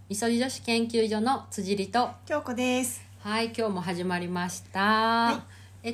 みそじ女子研究所の辻里と京子です。 はい、今日も始まりました、 はい。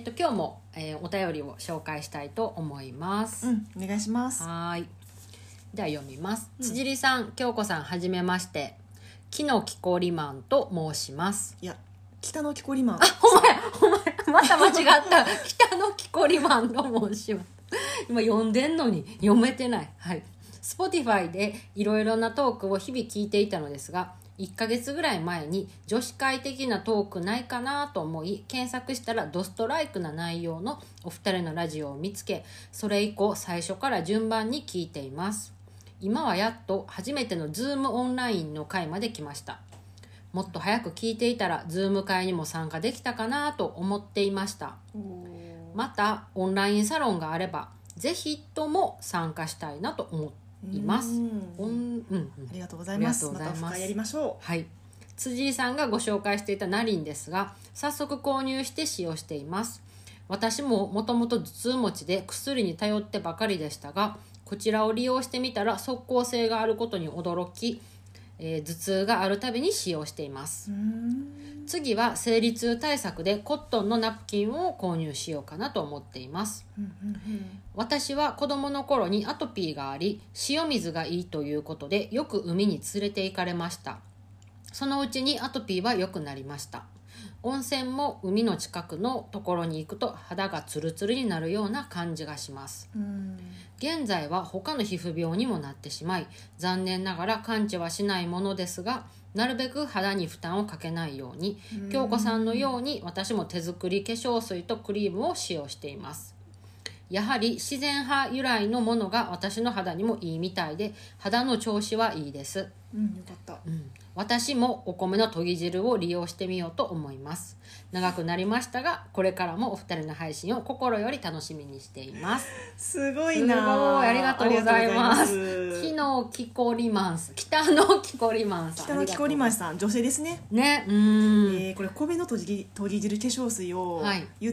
今日も、お便りを紹介したいと思います。 お願いします。 はい、では読みます。辻里さん、京子さん、はじめまして。木の木こりマンと申します。 いや、北の木こりマン。 ほんままた間違った北の木こりマンと申します。今読んでんのに読めてない。はい。Spotify でいろいろなトークを日々聞いていたのですが、1ヶ月ぐらい前に女子会的なトークないかなと思い検索したらドストライクな内容のお二人のラジオを見つけ、それ以降最初から順番に聞いています。今はやっと初めての Zoom オンラインの回まで来ました。もっと早く聞いていたら Zoom 会にも参加できたかなと思っていました。またオンラインサロンがあればぜひとも参加したいなと思います。 ありがとうございます。またオフ会やりましょう。 はい。辻井さんがご紹介していたナリンですが、早速購入して使用しています。私ももともと頭痛持ちで薬に頼ってばかりでしたが、こちらを利用してみたら即効性があることに驚き、頭痛があるたびに使用しています。次は生理痛対策でコットンのナプキンを購入しようかなと思っています。私は子供の頃にアトピーがあり、塩水がいいということでよく海に連れて行かれました。そのうちにアトピーは良くなりました。温泉も海の近くのところに行くと肌がツルツルになるような感じがします。現在は他の皮膚病にもなってしまい、残念ながら完治はしないものですが、なるべく肌に負担をかけないように、京子さんのように私も手作り化粧水とクリームを使用しています。やはり自然派由来のものが私の肌にもいいみたいで、肌の調子はいいです。 よかった。 私もお米のとぎ汁を利用してみようと思います。長くなりましたが、これからもお二人の配信を心より楽しみにしています。 すごいな。 すごい、ありがとうございます。木北の木こりマンさん、北の木こりマンさん、 北の木こりマンさん、女性ですね。 ね、 これ米のとぎ汁化粧水を言って、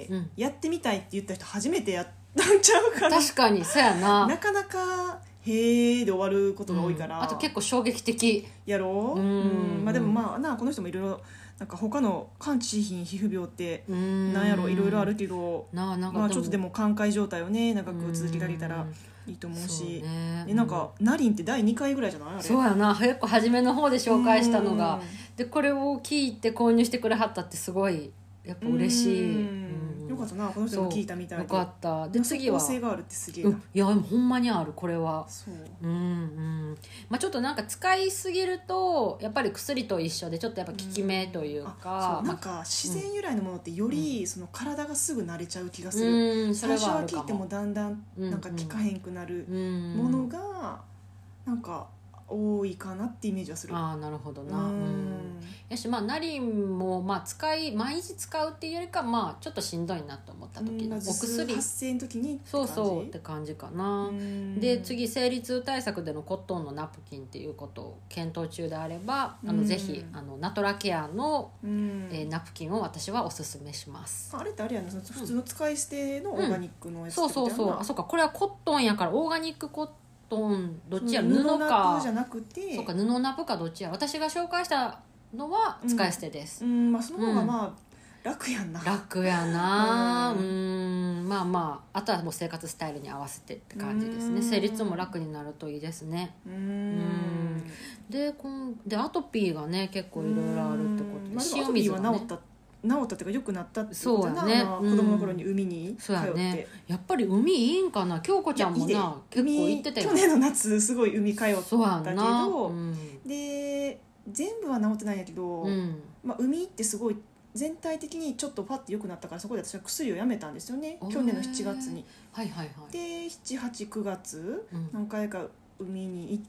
やってみたいって言った人初めてやったんちゃうかな。 確かにそうやな。 なかなかへーで終わることが多いから、 あと結構衝撃的やろう。まあでもまあな、この人もいろいろなんか他の完治しひん皮膚病ってなんやろ、いろいろあるけど、まあちょっとでも寛解状態をね長く続けられたらいいと思うし、でなんかナリンって第2回ぐらいじゃないあれ。 そうやな、結構初めの方で紹介したのが、でこれを聞いて購入してくれはったってすごいやっぱ嬉しい。 よかったな、この人も聞いたみたいで。 よかった。で次は即効性があるってすげえな。 いやほんまにある、これは。 そう。 まあ、ちょっとなんか使いすぎるとやっぱり薬と一緒でちょっとやっぱ効き目というか、 そうなんか自然由来のものってよりその体がすぐ慣れちゃう気がする。 それ最はあるかも。 初は効いてもだんだんなんか効かへんくなるものがなんか多いかなってイメージはする。 ああ、なるほどな。やし、まあナリンもまあ毎日使うっていうよりか、まあちょっとしんどいなと思った時のお薬、 発生の時にそうそうって感じかな。で次、生理痛対策でのコットンのナプキンっていうことを検討中であれば、ぜひナトラケアの、ナプキンを私はおすすめします。 あれってあれやな、普通の使い捨てのオーガニックのやつってことやな。 そう、あ、そうか、これはコットンやからオーガニックコットン、どっちやろ、 布布かナプじゃなくて、 そうか、布ナプかどっちやろ。私が紹介したのは使い捨てです。 まあその方がまあ楽やんな。 楽やな。まあまあ、あとはもう生活スタイルに合わせてって感じですね。生理痛も楽になるといいですね。でアトピーがね結構いろいろあるってことで、 塩水がね治ったっていうか良くなったってことだな。子供の頃に海に通って、 ね、やっぱり海いいんかな。京子ちゃんもな結構行ってたよ。 去年の夏すごい海通ったけど、で全部は治ってないんやけど、まあ、海ってすごい全体的にちょっとパッて良くなったから、そこで私は薬をやめたんですよね、去年の7月に。で7、8、9月何回か海に行って、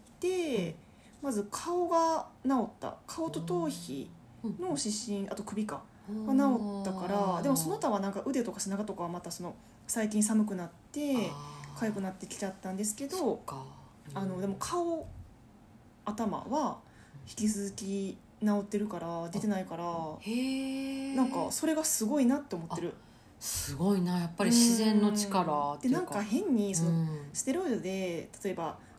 まず顔が治った。顔と頭皮の湿疹、あと首かが治ったから。でもその他はなんか腕とか背中とかはまたその最近寒くなって痒くなってきちゃったんですけど、でも顔頭は引き続き治ってるから出てないから、なんかそれがすごいなって思ってる。 すごいな、やっぱり自然の力っていうか。 でなんか変にそのステロイドで例えば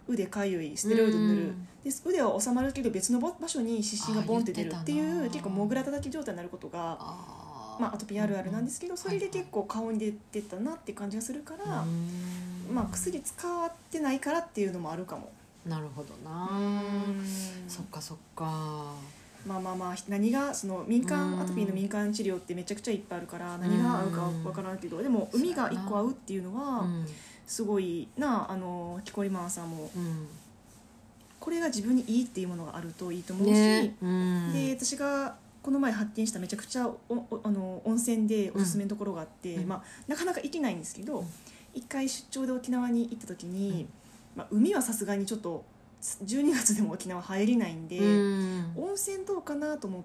腕かゆいステロイド塗る、で腕は収まるけど別の場所に湿疹がボンって出るっていう結構モグラ叩き状態になることがアトピーあるあるなんですけど、それで結構顔に出てたなって感じがするから、薬使ってないからっていうのもあるかも。 なるほどな。そっかそっか。 何がその民間アトピーの民間治療ってめちゃくちゃいっぱいあるから何が合うか分からんけど、でも海が1個合うっていうのはすごいな。キコリマンさんもこれが自分にいいっていうものがあるといいと思うし、で私がこの前発見しためちゃくちゃ温泉でおすすめのところがあって、なかなか行けないんですけど、一回出張で沖縄に行った時に、海はさすがにちょっと12月でも沖縄入れないんで、温泉どうかなと思って。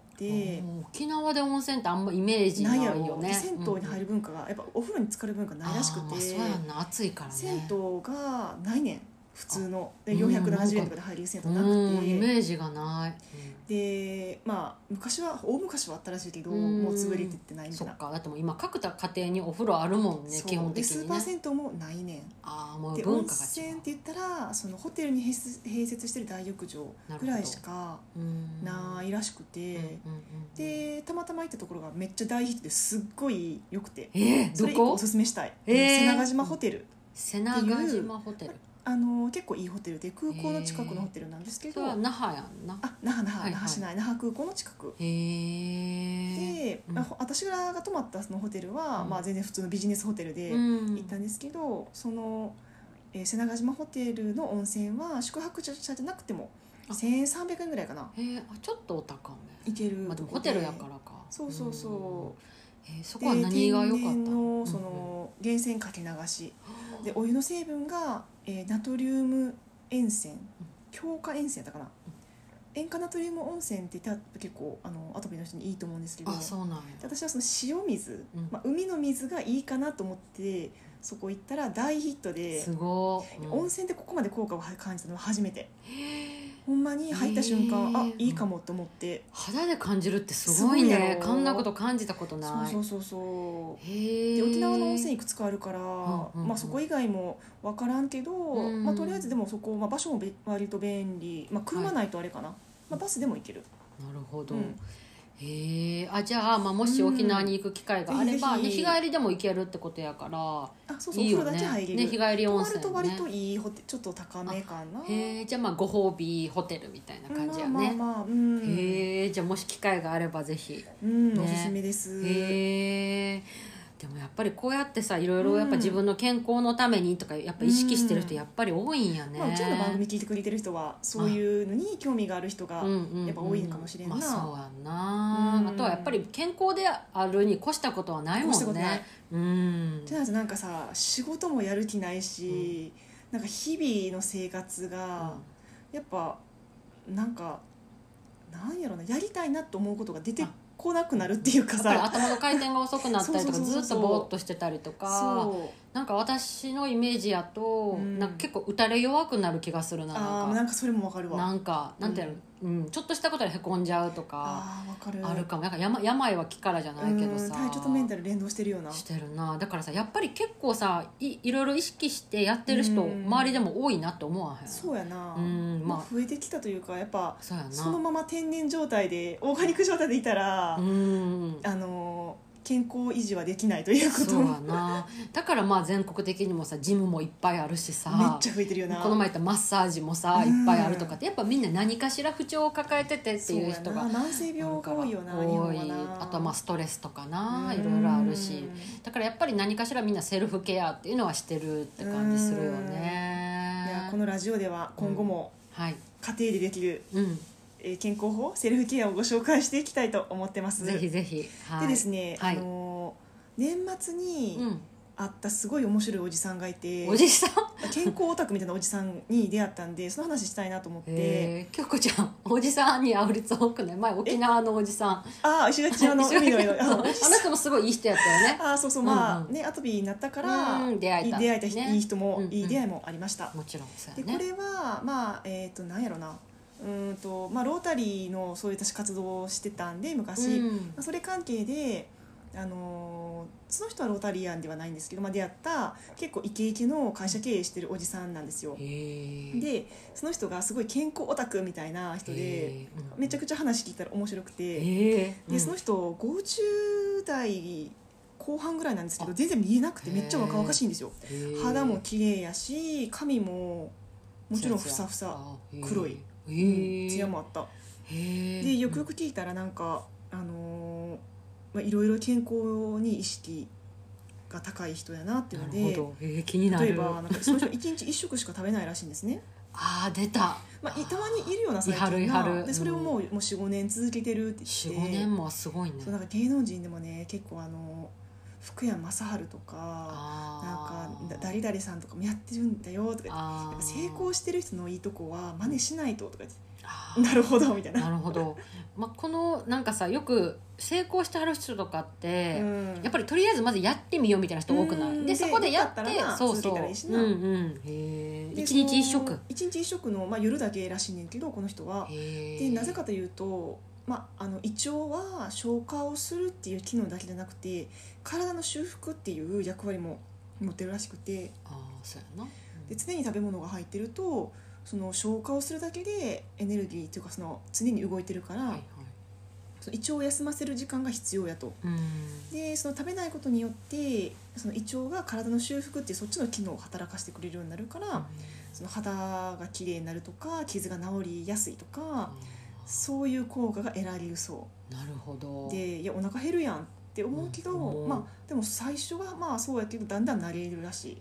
沖縄で温泉ってあんまイメージないよね。 銭湯に入る文化がやっぱお風呂に浸かる文化ないらしくて、 そうやんな、暑いからね。 銭湯がないねん普通ので470円とかで入る銭湯なくて、 イメージがない、 で大昔はあったらしいけど、もう潰れてってないみたいな。 そっか、だってもう今各家庭にお風呂あるもんね、基本的にね。 スーパー銭湯もないねん。 もうで文化が違う。 温泉って言ったらそのホテルに併設してる大浴場ぐらいしかないらしくて、でたまたま行ったところがめっちゃ大ヒットですっごい良くて、それ1個おすすめしたい。瀬長島ホテル。 瀬長島ホテル、 結構いいホテルで空港の近くのホテルなんですけど、 それは那覇やんな。 那覇市内、那覇空港の近くで、私らが泊まったそのホテルは、全然普通のビジネスホテルで行ったんですけど、その、瀬長島ホテルの温泉は宿泊者じゃなくても1300円ぐらいかな。 ちょっとお高め。 行ける。 でもホテルやからか。 そうそうそう。 そこは何が良かった？ 天然のその源泉かけ流しで、お湯の成分がナトリウム塩泉、強化塩泉やったかな。塩化ナトリウム温泉って言ったら結構アトピーの人にいいと思うんですけど、 そうなんや。 私はその塩水、海の水がいいかなと思ってそこ行ったら大ヒットで、 すごい、 温泉でここまで効果を感じたのは初めて。ほんまに入った瞬間、いいかもと思って。 肌で感じるってすごいね。こんなこと感じたことない。 そうで沖縄の温泉いくつかあるから、そこ以外も分からんけど、とりあえずでもそこ、場所も割と便利、車ないとあれかな、バスでも行ける。 なるほど。じゃあ、もし沖縄に行く機会があれば、日帰りでも行けるってことやから、 そうそう、お風呂だけ入れる。 日帰り温泉ね。 泊まると割といいホテル、ちょっと高めかな。 じゃあご褒美ホテルみたいな感じやね。じゃあもし機会があればぜひ、 おすすめです。 でもやっぱりこうやってさ、いろいろやっぱ自分の健康のためにとかやっぱ意識してる人やっぱり多いんやね。 うちらの番組聞いてくれてる人はそういうのに興味がある人がやっぱ多いのかもしれんな。 そうやんな。あとはやっぱり健康であるに越したことはないもんね。 じゃあなんかさ、仕事もやる気ないし、なんか日々の生活がやっぱなんかなんやろな、やりたいなと思うことが出て来なくなるっていうかさ、 頭の回転が遅くなったりとかずっとぼーっとしてたりとか、なんか私のイメージやと、なんか結構打たれ弱くなる気がするな。 なんかそれも分かるわ。 なんかなんていうの、ちょっとしたことでへこんじゃうとかあるかも。なんか病は気からじゃないけどさ、 体調とメンタル連動してるような。 してるな。だからさ、やっぱり結構さ、いろいろ意識してやってる人周りでも多いなって思わへん？そうやな。増えてきたというか、やっぱそのまま天然状態でオーガニック状態でいたら健康維持はできないということ。 そうやな。だから全国的にもさ、ジムもいっぱいあるしさ、 めっちゃ増えてるよな。 この前言ったマッサージもさ、いっぱいあるとかって、やっぱみんな何かしら不調を抱えててっていう人が慢性病が多いよな、日本はな。 あとはストレスとかな、いろいろあるし、だからやっぱり何かしらみんなセルフケアっていうのはしてるって感じするよね。 いや、このラジオでは今後も家庭でできる健康法、セルフケアをご紹介していきたいと思ってます。 ぜひぜひ。 でですね、年末に会ったすごい面白いおじさんがいて、 おじさん健康オタクみたいなおじさんに出会ったんで、その話したいなと思って。 京子ちゃん、おじさんに会う率多くね。前沖縄のおじさん、 石垣島の海の上のあの人もすごいいい人やったよね。 そうそう、アトピーになったから出会えたいい人も、いい出会いもありました。 もちろんそうやね。でこれはなんやろな、ロータリーのそういう私活動をしてたんで昔、それ関係でその人はロータリアンではないんですけど、出会った結構イケイケの会社経営してるおじさんなんですよ。でその人がすごい健康オタクみたいな人で、めちゃくちゃ話聞いたら面白くて、でその人50代後半ぐらいなんですけど、全然見えなくてめっちゃ若々しいんですよ。肌も綺麗やし、髪ももちろんふさふさ黒い、ツヤもあった。でよくよく聞いたらなんかいろいろ健康に意識が高い人やなっていうので、 気になる。 例えばなんかその人1日1食しか食べないらしいんですね。 出た。 たまにいるような最近なで、それをもう 4,5 年続けてるって言って。 4,5 年もすごいね。 そうなんか芸能人でもね、結構福山雅治とかなんか誰々さんとかもやってるんだよとか言って、成功してる人のいいとこは真似しないととか言って、なるほどみたいな。 なるほど。このなんかさ、よく成功してはる人とかって、やっぱりとりあえずまずやってみようみたいな人多くない？でそこでやって続けたらいいしな。 1日1食 1日1食の、夜だけらしいねんけど、この人は。でなぜかというと、胃腸は消化をするっていう機能だけじゃなくて、体の修復っていう役割も持ってるらしくて、 そうやな。 で常に食べ物が入ってると、その消化をするだけでエネルギーというか、その常に動いてるから、その胃腸を休ませる時間が必要やと。でその食べないことによってその胃腸が体の修復っていうそっちの機能を働かせてくれるようになるから、その肌がきれいになるとか傷が治りやすいとか、そういう効果が得られるそう。 なるほど。 でいやお腹減るやんって思うけど、でも最初はそうやけどだんだん慣れるらしい。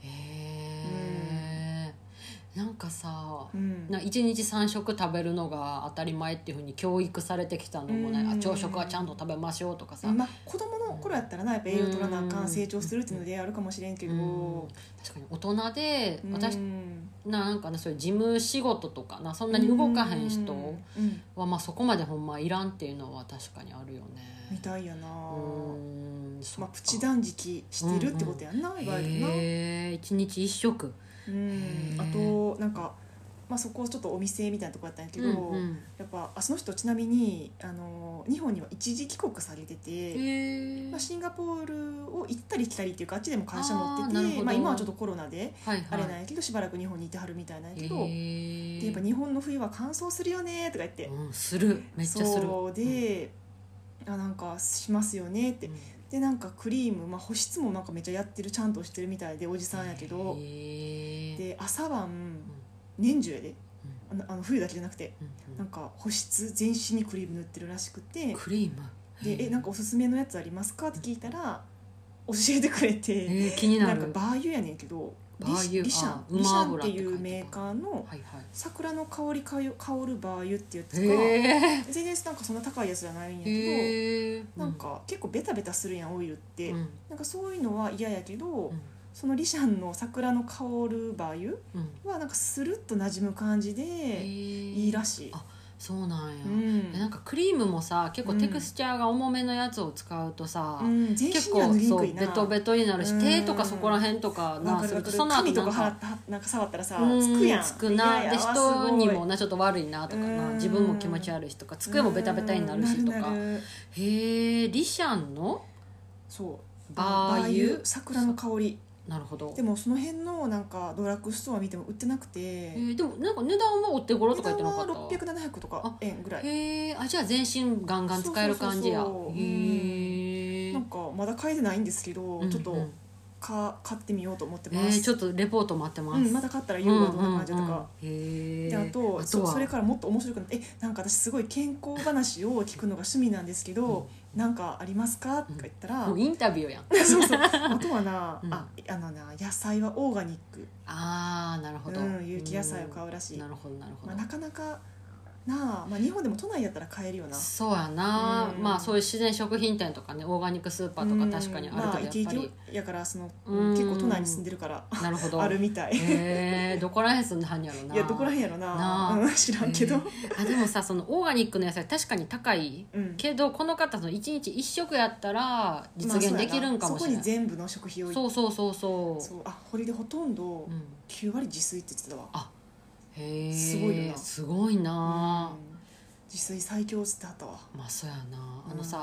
なんかさ、1日3食食べるのが当たり前っていう風に教育されてきたのもね、朝食はちゃんと食べましょうとかさ、 子供の頃やったらな、やっぱ栄養取らなあかん、成長するっていうのであるかもしれんけど、 確かに大人で私なんかね、そういう事務仕事とかな、そんなに動かへん人はそこまでほんまいらんっていうのは確かにあるよね。 みたいやな。プチ断食してるってことやんな、いわゆるな。 1日1食。 あとなんか、そこちょっとお店みたいなとこやったんやけど、やっぱその人ちなみに日本には一時帰国されてて、シンガポールを行ったり来たりっていうか、あっちでも会社持ってて、今はちょっとコロナであれなんやけど、しばらく日本にいてはるみたいなんやけど、でやっぱ日本の冬は乾燥するよねとか言って、 する、めっちゃする。 そうで、なんかしますよねって、でなんかクリーム、保湿もなんかめっちゃやってる、ちゃんとしてるみたいで、おじさんやけど、で朝晩年中やで、冬だけじゃなくて、なんか保湿全身にクリーム塗ってるらしくて、 クリームでなんかおすすめのやつありますかって聞いたら教えてくれて、 気になる。 なんかバー油やねんけど、リシャンっていうメーカーの桜の香り香るバー油ってやつが、全然なんかそんな高いやつじゃないんやけど、なんか結構ベタベタするやんオイルって、なんかそういうのは嫌やけど、そのリシャンの桜の香るバー油はなんかスルッと馴染む感じでいいらしい。 そうなんや、なんかクリームもさ、結構テクスチャーが重めのやつを使うとさ、結構そうベトベトになるし、手とかそこら辺とかすると、その後なんか触ったらさ、つくやん。 つくな。で人にもちょっと悪いなとかな、自分も気持ち悪いしとか、机もベタベタになるしとか。リシャンのバー油桜の香り。 なるほど。 でもその辺のなんかドラッグストア見ても売ってなくて、 でもなんか値段はお手頃とか言ってなかった？ 値段は600、700とか円ぐらい。 じゃあ全身ガンガン使える感じや。 なんかまだ買えてないんですけど、ちょっと買ってみようと思ってます。 ちょっとレポート待ってます。 また買ったら言うわ、どんな感じとか。であとそれからもっと面白くなって、なんか私すごい健康話を聞くのが趣味なんですけど、なんかありますかとか言ったら、 もうインタビューやん。 そうそう。あとはな、野菜はオーガニック。 なるほど。 有機野菜を買うらしい。 なるほどなるほど。 なかなかなあ、日本でも都内やったら買えるよな。 そうやな、そういう自然食品店とかね、オーガニックスーパーとか確かにあるけど、やっぱりイケイケやから、結構都内に住んでるからなるほどあるみたい。 どこら辺住んではんやろな。 いやどこら辺やろな、知らんけど。 でもさ、そのオーガニックの野菜確かに高い、けどこの方1日1食やったら実現できるんかもしれない。 そこに全部の食費をそうこれでほとんど9割自炊って言ってたわ。 すごいな。すごいな、 自炊最強っつってはったわ。 そうやな。さ、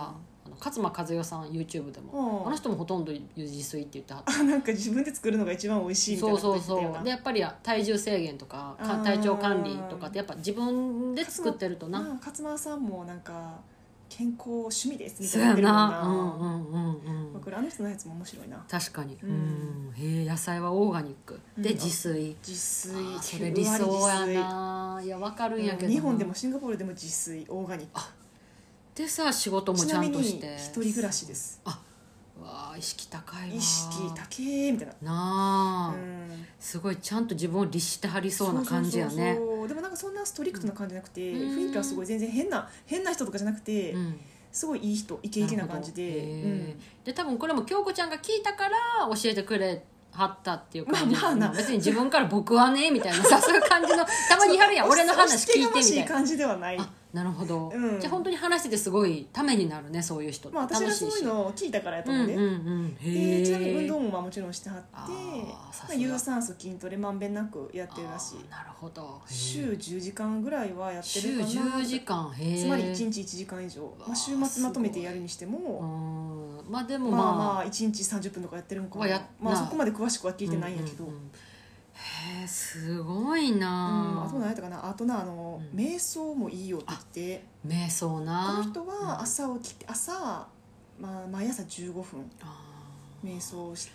勝間和代さん YouTube でも、あの人もほとんど自炊って言ってはった。 なんか自分で作るのが一番美味しいみたいなこと言ってたよな。 そうでやっぱり体重制限とか体調管理とかってやっぱ自分で作ってるとな。 勝間さんもなんか健康趣味ですみたいな言ってるもんな。これあの人のやつも面白いな。 確かに、へえ、野菜はオーガニックで自炊。それ理想やな。いや分かるんやけど、 日本でもシンガポールでも自炊オーガニックでさ、仕事もちゃんとして。 一人暮らしです。 わあ、意識高いわ。 意識高えみたいな。 なあ、すごいちゃんと自分を律してはりそうな感じやね。 でもなんかそんなストリクトな感じじゃなくて、雰囲気はすごい全然変な人とかじゃなくて、すごいいい人、イケイケな感じで。 で多分これも京子ちゃんが聞いたから教えてくれはったっていう感じ。別に自分から僕はねみたいなさ、そういう感じのたまにやるやん。俺の話聞いてみたいな感じではない。 なるほど、じゃあ本当に話しててすごいためになるね、そういう人って。 私がそういうのを聞いたからやと思うね。ちなみに運動ももちろんしてはって、有酸素筋トレまんべんなくやってるらしい。 なるほど。 週10時間ぐらいはやってるかな。 週10時間。 つまり1日1時間以上、週末まとめてやるにしても、 でも 1日30分とかやってるんかな。そこまで詳しくは聞いてないんやけど。 へえ、すごいな。 あと何やったかな。あとな、瞑想もいいよって言って。 瞑想な。 この人は朝起きて、毎朝15分瞑想して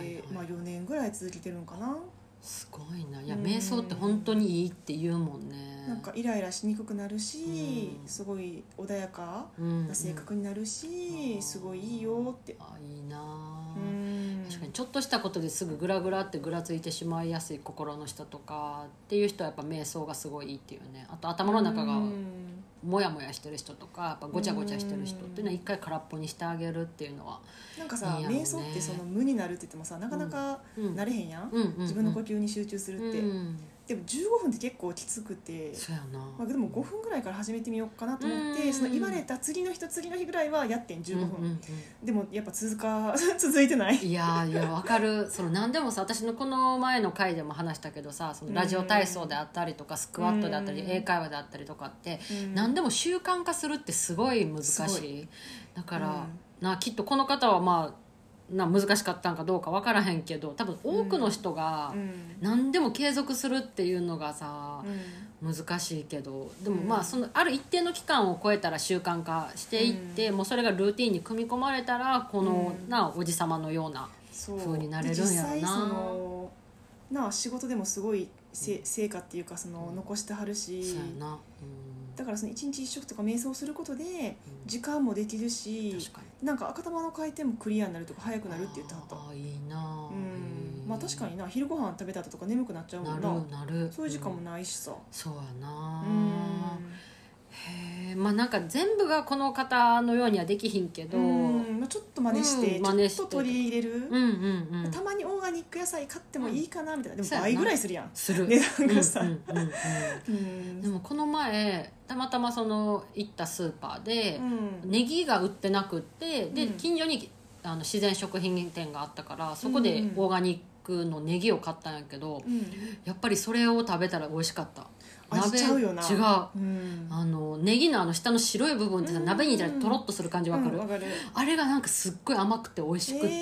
、4年ぐらい続けてるのかな。 すごいな。いや、瞑想って本当にいいって言うもんね。 なんかイライラしにくくなるし、すごい穏やかな性格になるし、すごいいいよって。 いいな。確かにちょっとしたことですぐグラグラってぐらついてしまいやすい心の人とかっていう人はやっぱ瞑想がすごいいいっていうね。あと頭の中がモヤモヤしてる人とかやっぱごちゃごちゃしてる人っていうのは一回空っぽにしてあげるっていうのはなんかさ、瞑想ってその無になるって言ってもさ、なかなかなれへんやん、自分の呼吸に集中するって、でも15分って結構きつくて、 そうやな、 でも5分ぐらいから始めてみようかなと思って、その言われた次の日ぐらいはやってん15分、でもやっぱ続いてない。 いや分かる。その何でもさ、私のこの前の回でも話したけどさ、そのラジオ体操であったりとかスクワットであったり英会話であったりとかって何でも習慣化するってすごい難しい。だからきっとこの方は難しかったんかどうか分からへんけど、多分多くの人が何でも継続するっていうのがさ、難しいけど、でもそのある一定の期間を超えたら習慣化していって、もうそれがルーティンに組み込まれたらこのおじさまのような風になれるんやろな。 実際仕事でもすごい成果っていうか残してはるし、 そうやな、 だからその一日一食とか瞑想することで時間もできるし、なんか頭の回転もクリアになるとか早くなるって言ってはった。 いいな。 確かにな、昼ご飯食べた後とか眠くなっちゃうもんな。 なる。 そういう時間もないしさ。 そうやな。へえ、なんか全部がこの方のようにはできひんけど、 ちょっと真似して、ちょっと取り入れる、たまにオーガニック野菜買ってもいいかなみたいな。でも倍ぐらいするやん、値段がさ。 でもこの前たまたま行ったスーパーでネギが売ってなくって、で近所に自然食品店があったから、そこでオーガニックのネギを買ったんやけど、やっぱりそれを食べたら美味しかった。 味ちゃうよな。 違う、ネギの下の白い部分ってさ、鍋に入れたらトロッとする感じ分かる、あれがなんかすっごい甘くて美味しくって、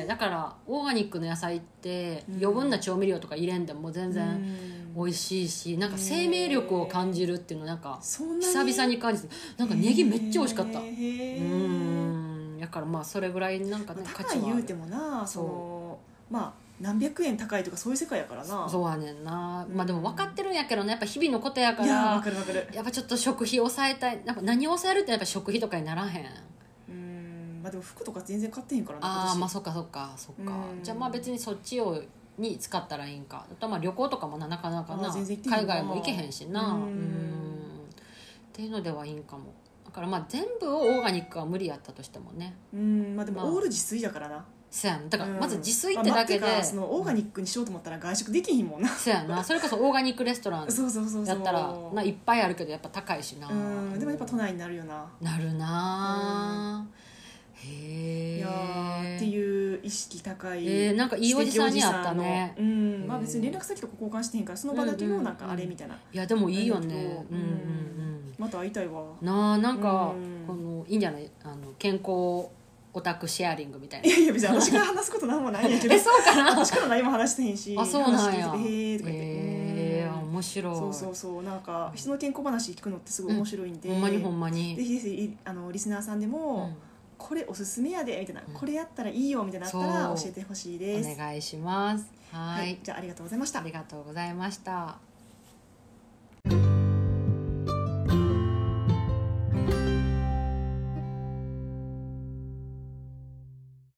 だからオーガニックの野菜って余分な調味料とか入れんでも全然美味しいし、なんか生命力を感じるっていうのなんか久々に感じて、なんかネギめっちゃ美味しかった。だからそれぐらいなんかね、価値は言うてもな、何百円高いとかそういう世界やからな。 そうやねんな。でも分かってるんやけどね、やっぱ日々のことやから、 分かるやっぱちょっと食費抑えたい。なんか何を抑えるってやっぱ食費とかにならへん。 でも服とか全然買ってへんからな。そっか。じゃあ別にそっちに使ったらいいんか。あと旅行とかもなかなかな、海外も行けへんしな。っていうのではいいんかも。だから全部をオーガニックは無理やったとしてもね。 でもオール自炊だからな。 そうやん。だからまず自炊ってだけで、 オーガニックにしようと思ったら外食できひんもんな。 そうやな。それこそオーガニックレストランやったらいっぱいあるけどやっぱ高いしな。 でもやっぱ都内になるよな。 なるな。 へえ。 いやっていう意識高い、 なんかいいおじさんに会ったね。 まあ別に連絡先とか交換してへんからその場だけのなんかあれみたいな、 いやでもいいよね。 また会いたいわなんかこのいいんじゃない、健康オタクシェアリングみたいな。 いやいや別に私から話すことなんもないんやけどそうかな。 私から何も話してへんし、 あ、そうなんや。 へーとか言って、 面白い。 そうなんか人の健康話聞くのってすごい面白いんで、 ほんまにほんまにぜひぜひリスナーさんでも、これおすすめやでみたいな、これやったらいいよみたいなのあったら教えてほしいです。 お願いします。はい、 じゃあありがとうございました。 ありがとうございました。